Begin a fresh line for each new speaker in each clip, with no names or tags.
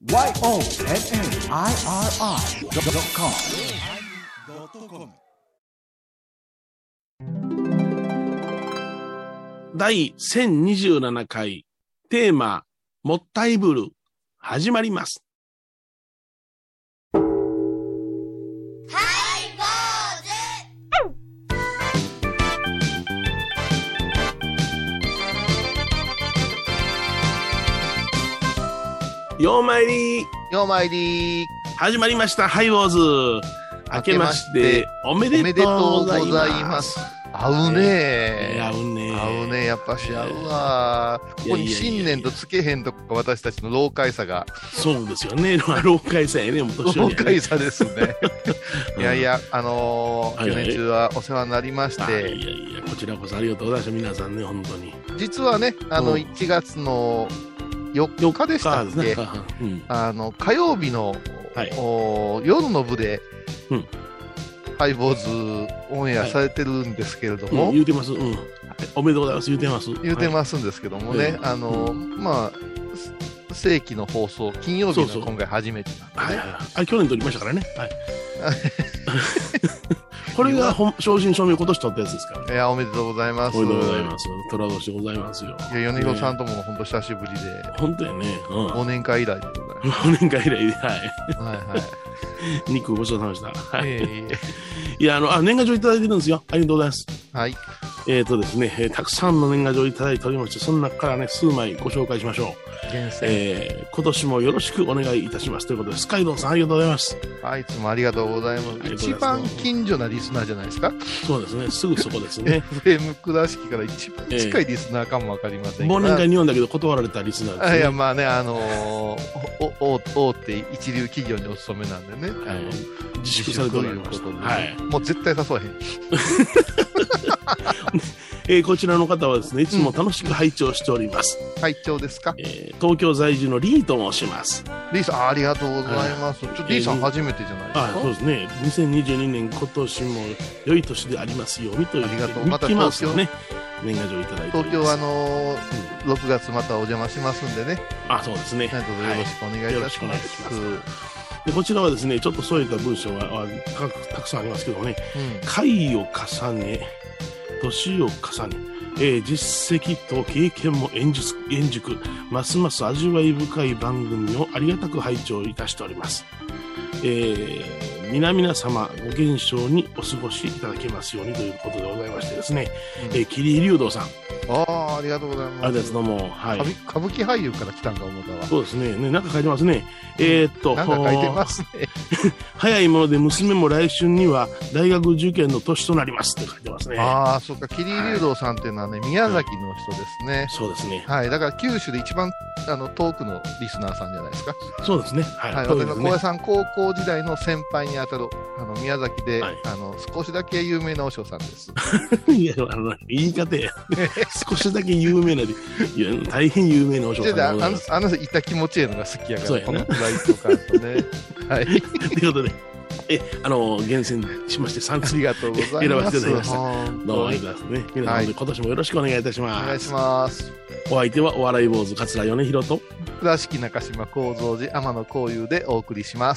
YONNIRI.com
第1027回テーマもったいぶる始まります。ようまいり始まりましたハイボーズ。明けましておめでとうございます。
合うね
合うね
やっぱし合うわ。ここに新年とつけへんとか私たちの老快さが。
そうですよね。老快さやね。
老快さですね。いやいや、去年中はお世話になりまして。
いやこちらこそありがとうございました。皆さんね、本当に。
実はね、1月の4日でしたっけ、火曜日の、夜の部で、ハイボーズオンエアされてるんですけれども、
言うてます、おめでとうございます。言うてます
んですけどもね、正規の放送金曜日が今回初めてなんでね、
去年撮りましたからね、これが正真正銘今年撮ったやつですから。
いや、おめでとうございます。
おめでとうございます。虎年でございますよ。
いや、米広さんとも本当久しぶりで。
本当やね。
忘年会以来でございます。
忘年会以来で、肉ごちそうさまでした。いや、年賀状いただいてるんですよ。ありがとうございます。
はい。
ですね、たくさんの年賀状いただいておりまして、その中からね、数枚ご紹介しましょう。
厳選。
今年もよろしくお願いいたします。ということで、スカイドンさんありがとうございます。
いつもありがとうございます。一番近所なリスナーじゃないですか。
そうですね、すぐそこですね。
FM 倉敷から一番近いリスナーかもわかりませんが。
忘年会に読んだけど断られたリスナーですね。
いや、まあね、大手一流企業にお勤めなんでね。
自粛されておりますということで。
もう絶対誘わへん。
こちらの方はですね、いつも楽しく拝聴しております。
拝聴ですか？
東京在住のリーと申します。
リーさん、ありがとうございます。リーさん初めてじゃないですか？
そうですね。2022年今年も良い年でありますようにという。
ありがとう。
また東京ね、年賀状いただいております。
東京6月またお邪魔しますんでね。
そうですね。
どうぞよろしくお願いいたします。
でこちらはですね、ちょっとそういった文章がたくさんありますけどもね、回を重ね、年を重ね、実績と経験も円熟、ますます味わい深い番組をありがたく拝聴いたしております。皆様ご健勝にお過ごしいただけますようにということでございましてですね、桐井龍道さん、
ありがとうございます。
あれですどうも、
歌舞伎俳優から来たんか思ったわ。
そうですね、なんか書いてますね。
なんか書いてますね。
早いもので娘も来春には大学受験の年となりますって書いてますね。
そうか、桐井龍道さんっていうのはね、宮崎の人ですね。
そうですね。
だから九州で一番遠くのリスナーさんじゃないですか。
そうですね。
私の小屋さん高校時代の先輩にあたる宮崎で、少しだけ有名なお師匠さんです。
いや、言い方や。少しだけ有名なで、大変有名なお師匠さんでございます。
あの人いた気持ちええのが好きやから、このプライド感とね。と
いうことで、厳選しまして3つ
ありがとうございます。
選ばせていただきました。どうもありがとうございますね。皆さん、今年もよろしくお願いいたします。
お願いします。
お相手はお笑い坊主桂米広と
倉敷中島幸三寺天野幸雄でお送りします。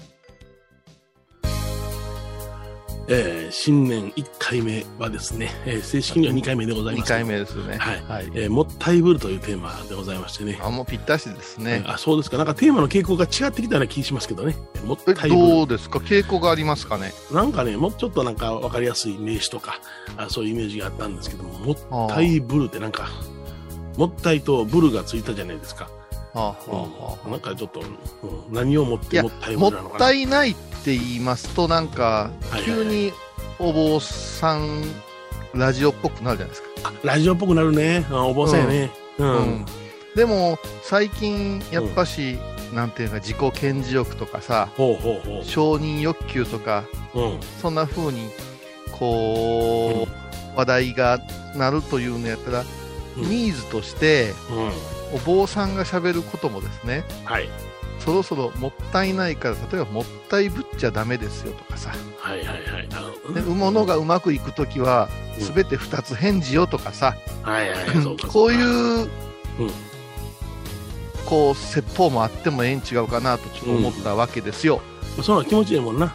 新年1回目はですね、正式には2回目でございます。
2回目ですね。
もったいぶるというテーマでございましてね。
もうぴったしですね。
そうですか。なんかテーマの傾向が違ってきたような気しますけどね。もったいぶる。
どうですか？傾向がありますかね。
なんかね、もうちょっとなんか分かりやすい名詞とか、そういうイメージがあったんですけども、もったいぶるってなんか、もったいとブルがついたじゃないですか。なんかちょっと、何をもってもったいぶるなのかな。
もったいないって言いますと、なんか急にお坊さんラジオっぽくなるじゃないですか。
ラジオっぽくなるね。お坊さんやね。
でも最近やっぱし、なんていうか自己顕示欲とかさ、承認欲求とか、そんな風にこう、話題がなるというのやったら、ニーズとして、お坊さんがしゃべることもですね、そろそろもったいないから、例えばもったいぶっちゃダメですよとかさ、ものがうまくいくときは全て2つ返事よとかさ、こういうこう説法もあってもええん違うかなとちょっと思ったわけですよ。
そんな気持ちいいもんな。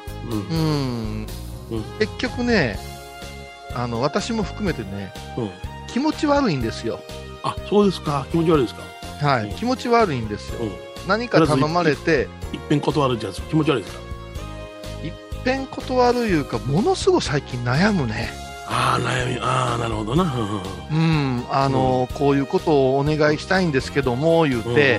結局ね、私も含めてね、気持ち悪いんですよ。
あ、そうですか。気持ち悪いですか。
はい、気持ち悪いんですよ。何か頼まれて
いっぺん断るじゃつ気持ち悪いですか。
いっぺん断るいうか、ものすごい最近悩むね。
悩み、なるほどな。
こういうことをお願いしたいんですけども言うて、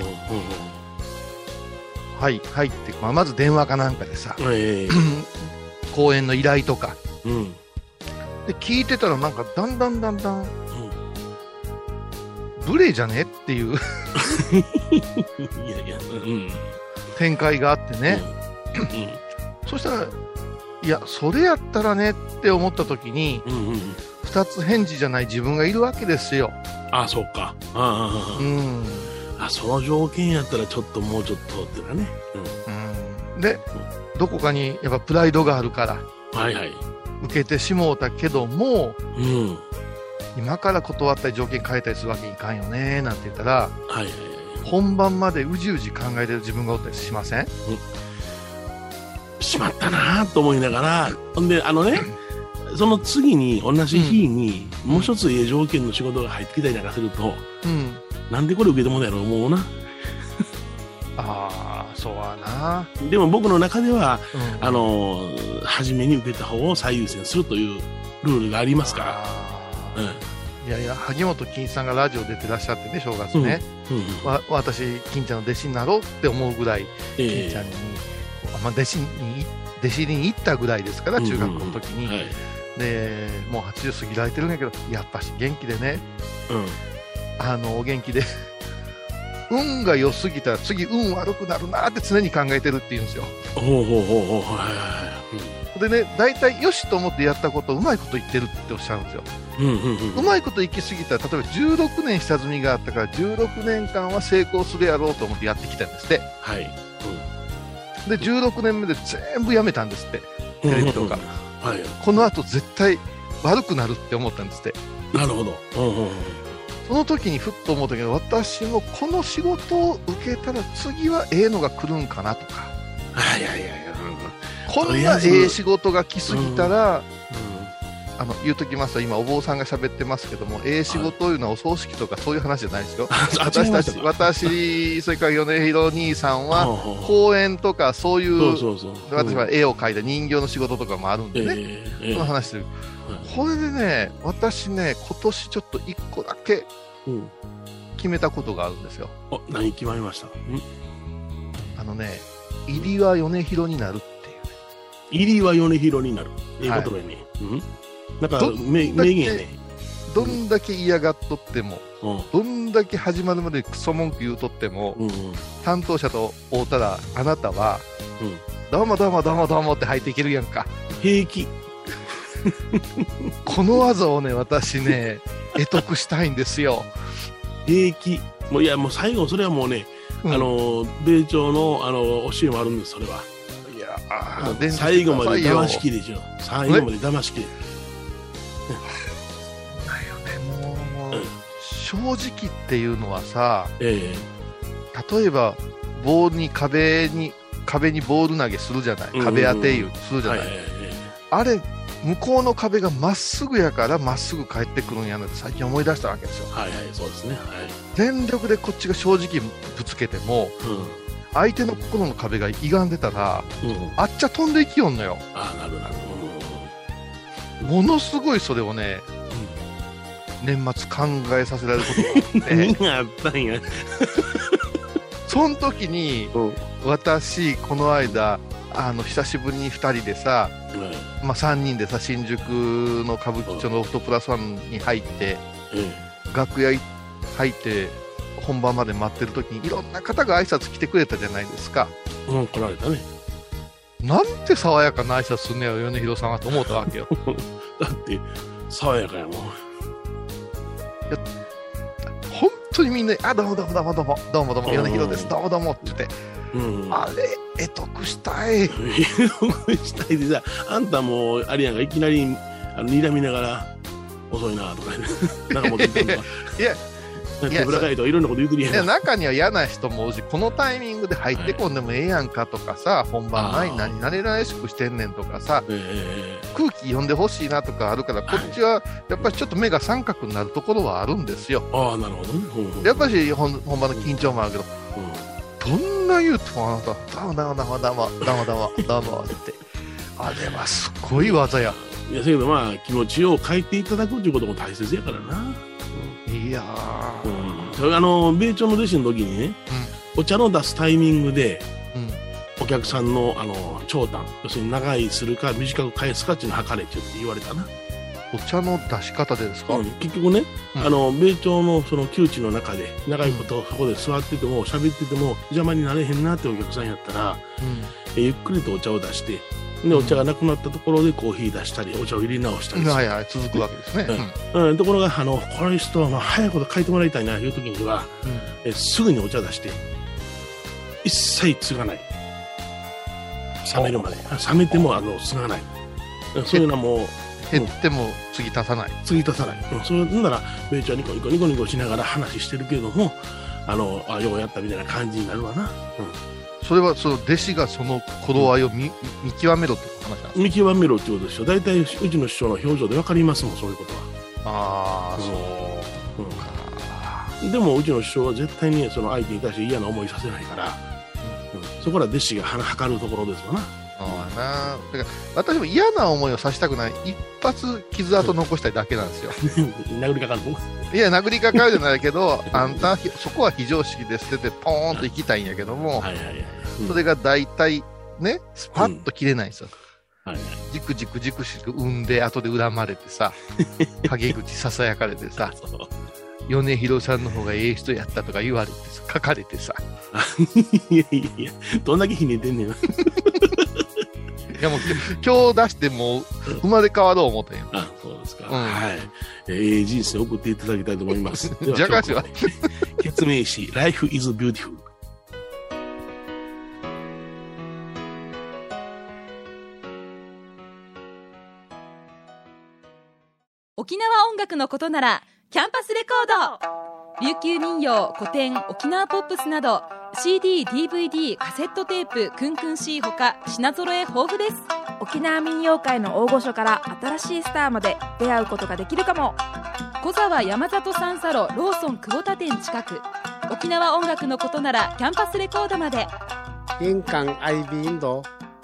はいはいって、まず電話かなんかでさ、講演の依頼とか、で聞いてたらなんかだんだん無礼じゃねっていう展開があってね、そしたら、いやそれやったらねって思った時に、2つ返事じゃない自分がいるわけですよ。
そうか。その条件やったらちょっともうちょっとってなね。
で、どこかにやっぱプライドがあるから受けてしもうたけども、今から断ったり条件変えたりするわけにいかんよねなんて言ったら、本番までうじうじ考えてる自分がおったりしません？
しまったなと思いながら、ほんでその次に同じ日にもう一つ条件の仕事が入ってきたりなんかすると、なんでこれ受けてもらえるの思うな。
そうはな。
でも僕の中では、初めに受けた方を最優先するというルールがありますから。
いやいや、萩本欽一さんがラジオ出てらっしゃってね、正月ね、私金ちゃんの弟子になろうって思うぐらい、金ちゃんに、弟子入りに行ったぐらいですから、中学校の時に。でもう80過ぎられてるんやけど、やっぱし元気でね、お元気で運が良すぎたら次運悪くなるなって常に考えてるって言うんですよ。でね、大体よしと思ってやったことをうまいこと言ってるっておっしゃるんですよ。うまいこといきすぎたら、例えば16年下積みがあったから16年間は成功するやろうと思ってやってきたんですって。で16年目で全部やめたんですって、テレビとか。このあと絶対悪くなるって思ったんですって。
なるほど。
その時にふっと思ったけど、私もこの仕事を受けたら次はええのが来るんかなとか、こんなええ仕事が来すぎたら、言うときますと、今お坊さんが喋ってますけども、ええ仕事というのはお葬式とかそういう話じゃないですよ。私それから米広兄さんは講演とかそういう、私は絵を描いた人形の仕事とかもあるんでね、その話してる。これでね、私ね、今年ちょっと1個だけ決めたことがあるんですよ。
何決まりました？
入りは米広になるっていうね。
入りは米広になる。いいことだよね。なんか名言やね。
どんだけ嫌がっとっても、どんだけ始まるまでクソ文句言うとっても、担当者と会うたら、あなたは、どうもどうもどうもどうもって入っていけるやんか。
平気。
この技をね、私ね、得得したいんですよ。
平気。もう最後、それはもうね、米朝の教えもあるんです、それは。
いや、
最後まで騙しきれでしょ。最後まで騙しきれ。
だよね、もう、正直っていうのはさ、例えば壁にボール投げするじゃない、壁当てするじゃない、あれ向こうの壁がまっすぐやからまっすぐ帰ってくるんやなって最近思い出したわけですよ。
そうですね。
全力でこっちが正直ぶつけても、相手の心の壁が歪んでたら、あっちゃ飛んでいきよんのよ。
なる
ものすごいそれをね、年末考えさせられることがあって
何があったんや。
その時に、私この間久しぶりに2人でさ、3人でさ、新宿の歌舞伎町のロフトプラスワンに入って、楽屋入って本番まで待ってる時にいろんな方が挨拶来てくれたじゃないですか。
来られたね。
なんて爽やかな挨拶すんねやろ、米広さんはと思ったわけよ。
だって爽やかやもん。
本当にみんなどうもどうもどうもどうもどうもどうも米広です、どうもどうもって言って、あれ得得したい。
得得したいでさ、あんたもあれやんか、いきなり睨みながら遅いなとかなんか持ってきたんだ。
いや
手ぶら返りとかいろんなこと言うてるやん。
中には嫌な人もおるし、このタイミングで入ってこんでもええやんかとかさ、本番前に何々しくしてんねんとかさ、空気読んでほしいなとかあるから、こっちはやっぱりちょっと目が三角になるところはあるんですよ。
ああ、なるほどね。
やっぱり本番の緊張もあるけど、どんな言うとあなた、だまって、あれはすごい技や。
いや、だけどまあ、気持ちを変えていただくということも大切やからな。
いや
米朝の弟子の時にね、お茶の出すタイミングで、お客さんの長短、要するに長いするか短く返すかっていうのを測れって言われたな。
お茶の出し方でですか？
結局ね、米朝のその窮地の中で長いことそこで座ってても喋ってても邪魔になれへんなってお客さんやったら、ゆっくりとお茶を出して、でお茶がなくなったところでコーヒー出したりお茶を入れ直したりする、
続くわけですね。
ところがこの人は早いこと書いてもらいたいなという時には、すぐにお茶出して一切継がない、冷めるまで、冷めても継がない、そういうのはもう
減っても継ぎ足さない、
そうなら米朝はニコニコしながら話してるけども、ようやったみたいな感じになるわな。
それはその弟子がその頃合いを見極めろって話なんですか？
見極めろってことですよ。大体うちの師匠の表情で分かりますもん、そういうことは。そうでもうちの師匠は絶対にその相手に対して嫌な思いさせないから、そこら弟子が測るところですわな。
だから私も嫌な思いをさせたくない、一発傷跡残したいだけなんですよ。
殴りかかるの？
いや、殴りかかるじゃないけど、あんたそこは非常識で捨ててポーンと行きたいんやけども、それが大体ね、スパッと切れないんですよ。じくじく生んで後で恨まれてさ、陰口ささやかれてさ、米広さんの方がええ人やったとか言われてさ、書かれてさ。
いや、どんだけひねってんねん。
いやもう今日出してもう生まれ変わろう思ったんや。
そうですか。はい。人生を送っていただきたいと思います。
じゃかしは。
決命詞 Life is Beautiful。
沖縄音楽のことならキャンパスレコード、琉球民謡、古典、沖縄ポップスなど CD、DVD、カセットテープ、クンクン C ほか品揃え豊富です。
沖縄民謡界の大御所から新しいスターまで出会うことができるかも。
小沢山里三佐路ローソン久保田店近く。沖縄音楽のことならキャンパスレコードまで。
印港 IB インド。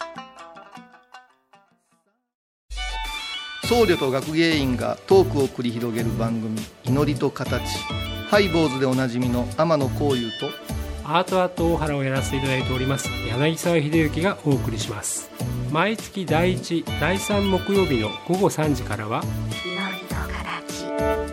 僧侶と学芸員がトークを繰り広げる番組、祈りと形。ハイボーズでおなじみの天野幸雄と
アートアート大原をやらせていただいております柳沢秀幸がお送りします。毎月第1、第3木曜日の午後3時からは
祈りと形。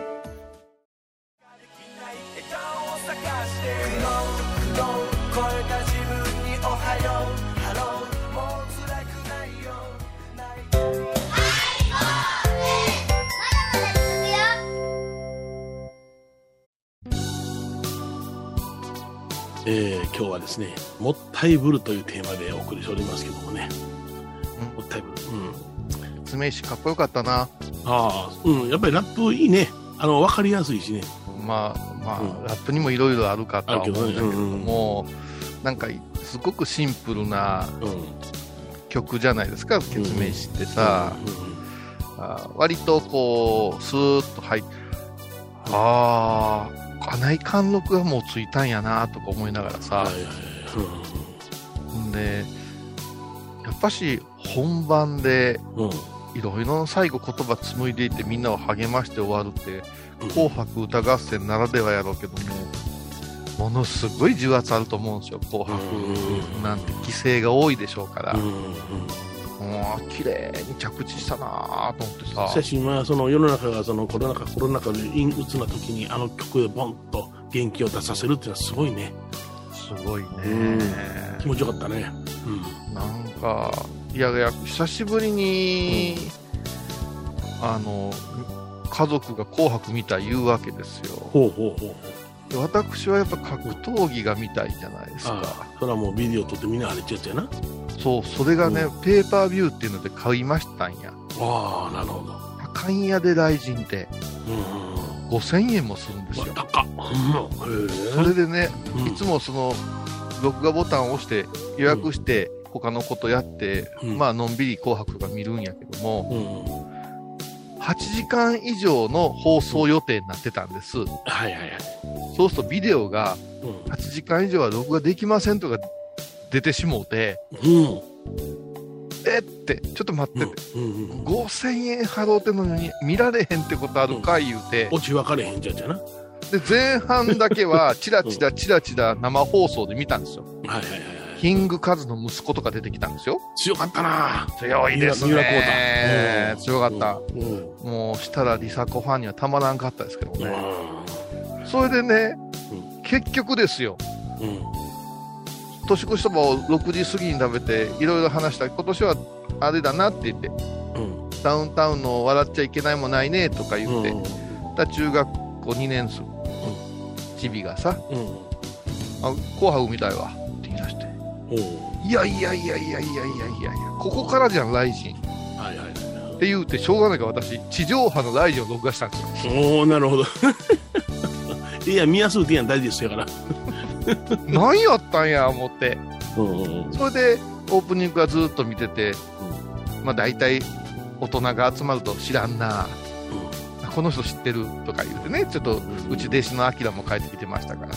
今日はですね、もったいぶるというテーマでお送りしておりますけどもね。もったいぶる。
説明詞かっこよかったな。
やっぱりラップいいね。わかりやすいしね。
ラップにもいろいろあるかとは思うんだけども、なんかすごくシンプルな曲じゃないですか、説明詞ってさ。割とこう、スーッと入って、金井貫禄がもうついたんやなとか思いながらさ、でやっぱし本番でいろいろ最後言葉紡いでいってみんなを励まして終わるって紅白歌合戦ならではやろうけども、ものすごい重圧あると思うんですよ。紅白なんて規制が多いでしょうから、綺麗に着地したなと思ってさ。
写真はその世の中がそのコロナ禍で陰鬱な時に曲でボンと元気を出させるっていうのはすごいね。
すごいね。
気持ちよかったね。
なんかいや久しぶりに、家族が紅白見たい言うわけですよ。私はやっぱ格闘技が見たいじゃないですか。
それはもうビデオ撮ってみんなあれちゃやな。
そう、それがね、ペーパービューっていうので買いましたんや。
なるほど。
高いんやで、大臣って。 5000円もするんですよ。
高っ。
それでね、いつもその録画ボタンを押して予約して他のことやって、まあのんびり紅白とか見るんやけども、8時間以上の放送予定になってたんです。はい
はいはい。
そうするとビデオが8時間以上は録画できませんとか出てしもうて、ってちょっと待ってて、5000円払うてんのに見られへんってことあるか言うて、
オチ分かれへんじゃんじゃな。
で前半だけはチラチラチラチラ生放送で見たんですよ。はいはいはい。キングカズの息子とか出てきたんですよ。
強かったな。
強いですね。強かった。もうしたらリサ子ファンにはたまらんかったですけどね。それでね、結局ですよ。年越しそばを6時過ぎに食べていろいろ話したら、今年はあれだなって言って、ダウンタウンの笑っちゃいけないもないねとか言って、中学校2年生、チビがさ、紅白見たいわって言い出して、いやいやいやいやいやいやいやいや、ここからじゃんライジンって言うてしょうがないから私地上波のライジンを録画したんですよ。
おお、なるほど。いや見やすいってやん大事ですよから
何やったんや思って、それでオープニングはずっと見てて、まあ大体大人が集まると知らんな、この人知ってるとか言うてね、ちょっとうち弟子のアキラも帰ってきてましたから、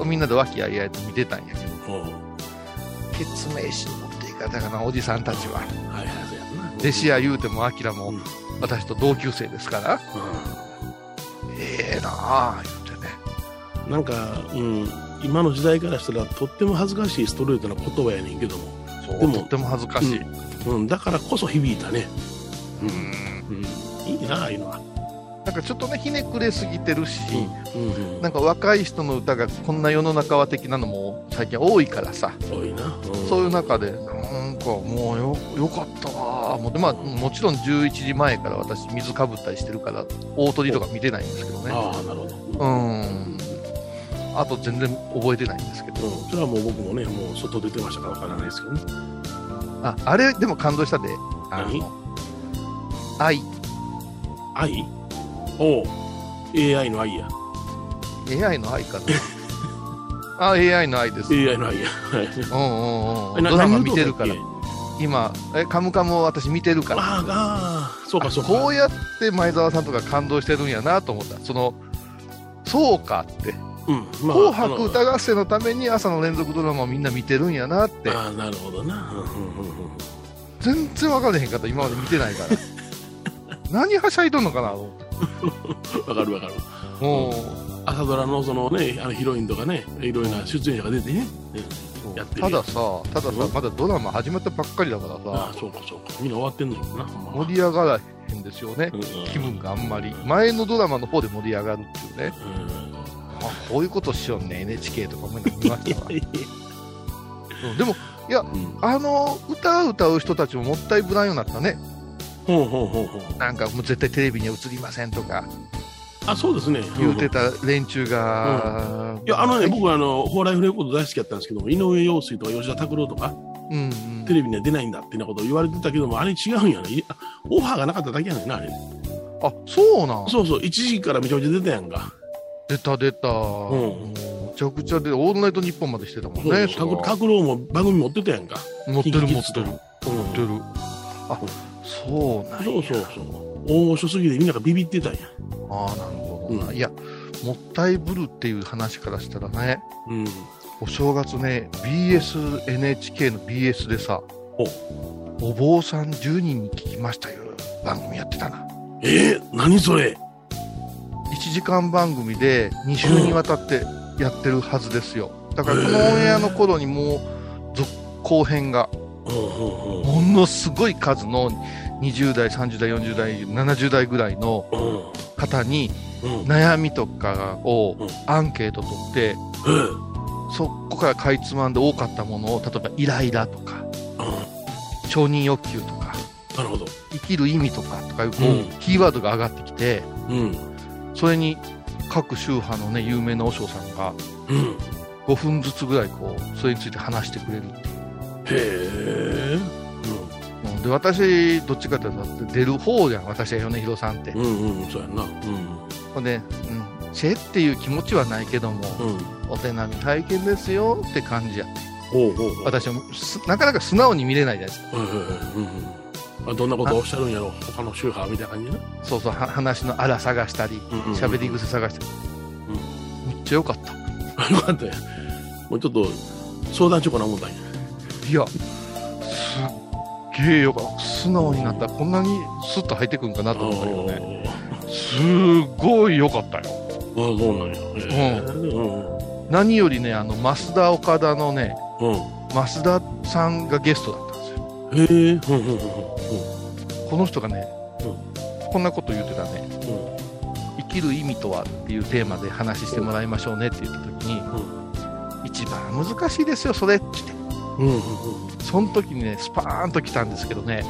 みんなで和気あいあいと見てたんやけど、ケツメイシの持っていかたかなおじさんたちは、弟子や言うてもアキラも私と同級生ですから、ええなあ言うてね、
なんか、今の時代からしたらとっても恥ずかしいストレートな言葉やねんけども、
でもとっても恥ずかしい、
だからこそ響いたね。いいなあいうのは。
なんかちょっとねひねくれすぎてるし、なんか若い人の歌がこんな世の中は的なのも最近多いからさ、
多いな、
そういう中でなんかもうよかったわ思って、まあもちろん11時前から私水かぶったりしてるから大鳥とか見てないんですけどね。
ああなるほど。
あと全然覚えてないんですけど、
それはもう僕もねもう外出てましたからわからないですけどね。
あれでも感動したで、愛
おう AI の愛や。
AI の愛かな。AI の愛です。
AI の愛や。
ドラマ見てるから今カムカムを私見てるから、
そうかそうか、
こうやって前澤さんとか感動してるんやなと思った。そうかって、紅白歌合戦のために朝の連続ドラマをみんな見てるんやなって。
なるほどな。
全然分からへんかった、今まで見てないから何はしゃいどんのかなと思って。
わかるわかる。朝ドラのそのねヒロインとかねいろいろな出演者が出てね、やってる。たださまだドラマ始まったばっかりだからさ。そうかみんな終わってんのよな。盛り上がらへんですよね、気分があんまり。前のドラマの方で盛り上がるっていうね、こういうことしようね NHK とかも見ましたわ。でもいや、歌う人たちももったいぶらんようになったね。なんかもう絶対テレビには映りませんとか、そうですね言うてた連中が、いや僕はホーライフレコード大好きだったんですけども、井上陽水とか吉田拓郎とか、テレビには出ないんだってなことを言われてたけども、あれ違うんやね。オファーがなかっただけやねんなあれ。そうなん。そう一時からめちゃめちゃ出たやんか。出ためちゃくちゃでオールナイトニッポンまでしてたもんね。拓郎も番組持ってたやんか。持ってるそうなんや。大御所すぎてみんながビビってたんや。なるほどな。いやもったいぶるっていう話からしたらね、お正月ね NHK の BS でさ、お坊さん10人に聞きましたよ番組やってたな。何それ。1時間番組で2週にわたってやってるはずですよ。だからこのオンエアの頃にもう続後編がものすごい数の20代30代40代70代ぐらいの方に悩みとかをアンケート取って、そこからかいつまんで多かったものを、例えばイライラとか承認欲求とか生きる意味とかいうキーワードが上がってきて、それに各宗派のね有名な和尚さんが5分ずつぐらいそれについて話してくれるっていう。で私どっちかというと出る方じゃん、私は米広さんって。そうやんな。
ほんで、チェっていう気持ちはないけども、お手並み拝見ですよって感じや。私もなかなか素直に見れないじゃないですか。
どんなことをおっしゃるんやろ、他の宗派みたいな感じね。
そうそう、話のあら探したり、喋り癖探したり。めっちゃよかった。
よかったよ。もうちょっと相談しようかな思ったんや。
いや、すっげえよかった。素直になったらこんなにスッと入ってくるんかなと思ったけどね。すごいよかったよ。
そうなんや。
何よりね、増田岡田のね、増田さんがゲストだったんですよ。この人がね、こんなこと言ってたね。生きる意味とはっていうテーマで話してもらいましょうねって言った時に、一番難しいですよそれって言って、その時にねスパーンと来たんですけどね、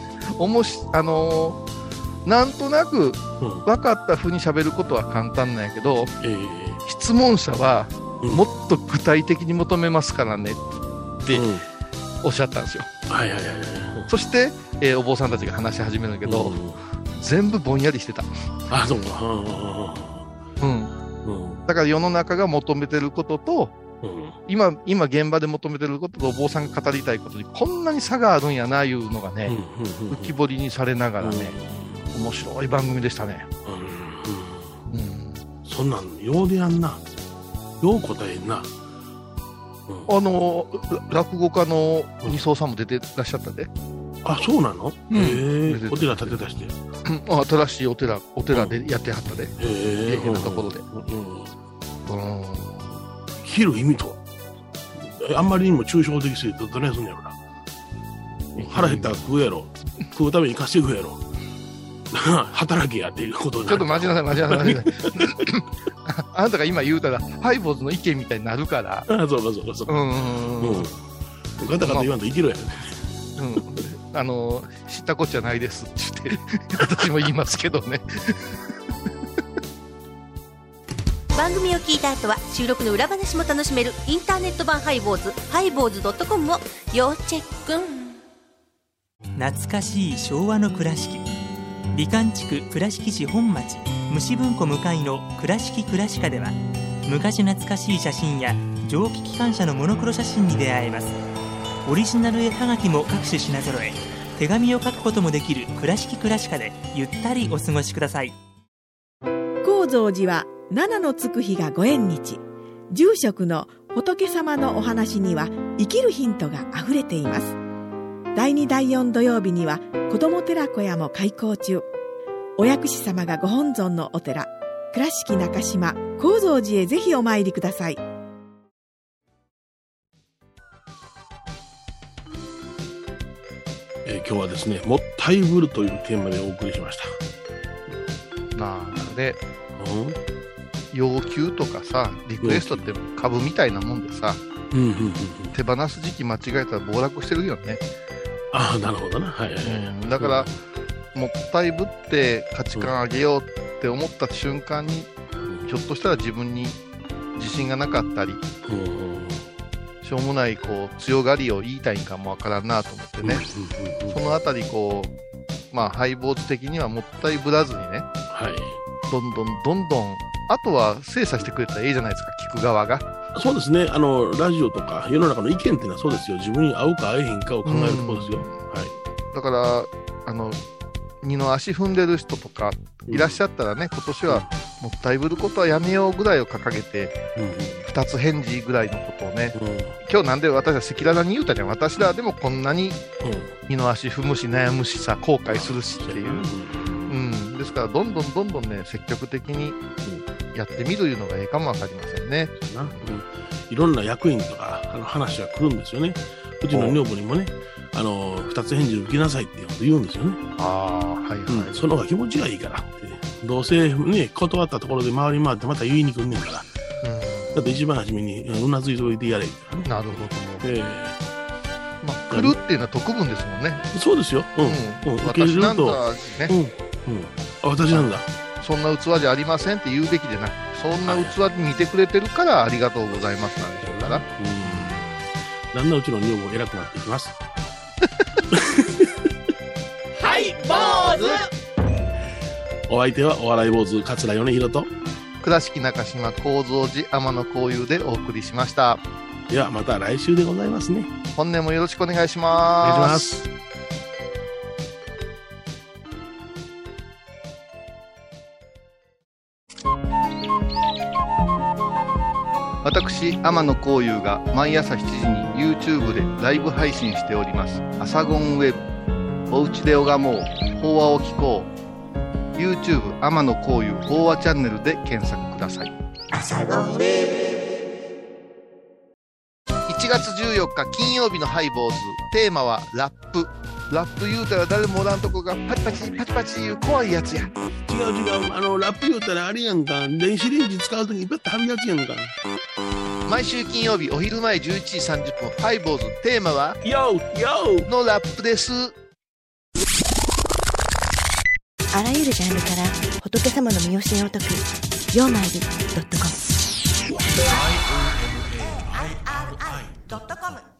なんとなく分かった風に喋ることは簡単なんやけど、質問者はもっと具体的に求めますからねっておっしゃったんですよ。そして、お坊さんたちが話し始めるんだけど、全部ぼんやりしてた。
あ、そうか。
だから世の中が求めてることと、今現場で求めてることとお坊さんが語りたいことにこんなに差があるんやないうのがね、浮き彫りにされながらね、面白い番組でしたね。
そんなんようでやんな、よう答えんな。
落語家の二層さんも出てらっしゃったで。
あ、そうなの？お寺建てたして。
新しいお寺でやってはったで。変なところで。
生きる意味とはあんまりにも抽象的すぎてどないすんのやろな。腹減ったら食うやろ、食うために稼ぐやろ働けやっていうことになる。
ちょっと待ちなさいあなたが今言うたらハイボーズの意見みたいになるから。
そうガタガタ言わんといけるや
ろ。知ったこっちゃないですって言って私も言いますけどね
番組を聞いた後は収録の裏話も楽しめるインターネット版ハイボーズ、ハイボーズ .com を要チェック。
懐かしい昭和の倉敷、美観地区倉敷市本町虫文庫向かいの倉敷倉歯科では、昔懐かしい写真や蒸気機関車のモノクロ写真に出会えます。オリジナル絵はがきも各種品揃え、手紙を書くこともできる倉敷倉歯科でゆったりお過ごしください。
高蔵寺は七のつく日がご縁日。住職の仏様のお話には生きるヒントがあふれています。第2第4土曜日には子ども寺小屋も開校中。お薬師様がご本尊のお寺、倉敷中島・高蔵寺へぜひお参りください。
今日はですね、もったいぶるというテーマでお送りしました。
なんで、要求とかさ、リクエストって株みたいなもんでさ、手放す時期間違えたら暴落してるよね。
ああ、なるほどな。
だから、もったいぶって価値観上げようって思った瞬間に、ひょっとしたら自分に自信がなかったり、しょうもない強がりを言いたいんかもわからんなと思ってね、そのあたりハイボーズ的にはもったいぶらずにね、どんどんあとは精査してくれたらいいじゃないですか、聞く側が。
そうですね、ラジオとか世の中の意見っていうのはそうですよ。自分に合うか合えへんかを考えるところですよ。
だから二の足踏んでる人とかいらっしゃったらね、今年はもったいぶることはやめようぐらいを掲げて、二つ返事ぐらいのことをね、今日なんで私は赤裸々に言うたじゃん。私らでもこんなに二の足踏むし悩むしさ、後悔するしっていう、ですからどんどんね、積極的にやってみるいうのがいいかもわかりませんね。
いろんな役員とか話が来るんですよね。うちの女房にもね、二つ返事を受けなさいって言うんですよね。その方が気持ちがいいからって、どうせね、断ったところで回り回ってまた言いに来んねんから、だって一番初めにうなずいておいてやれみたいな。
なるほど。来るっていうのは特分ですもんね。
そうですよ。
私なんだね。
私なんだ。
そんな器じゃありませんって言うべきでなく、そんな器に見てくれてるからありがとうございますなんでしょうから。
だんだんうちの女房偉くなっていきます。
はい、坊主。
お相手はお笑い坊主桂米宏と
倉敷中島幸三寺天野幸雄でお送りしました。
ではまた来週でございますね。
本年もよろしくお願いします。
お願いします。
私天野幸雄が毎朝7時に YouTube でライブ配信しておりますアサゴンウェブ、おうちで拝もう法話を聞こう、 YouTube 天野幸雄法話チャンネルで検索ください。1月14日金曜日のハイボーズ、テーマはラップ。ラップ言うたら誰もおらんとこがパチパチパチパチいう怖いやつや。
違うラップ言うたらあれやんか、電子レンジ使うときにペッとはみやつやんか。
毎週金曜日お昼前11時30分ハイボーズ、テーマは
ヨーヨー
のラップです。
あらゆるジャンルから仏様の身教えを説く曜マイル.com。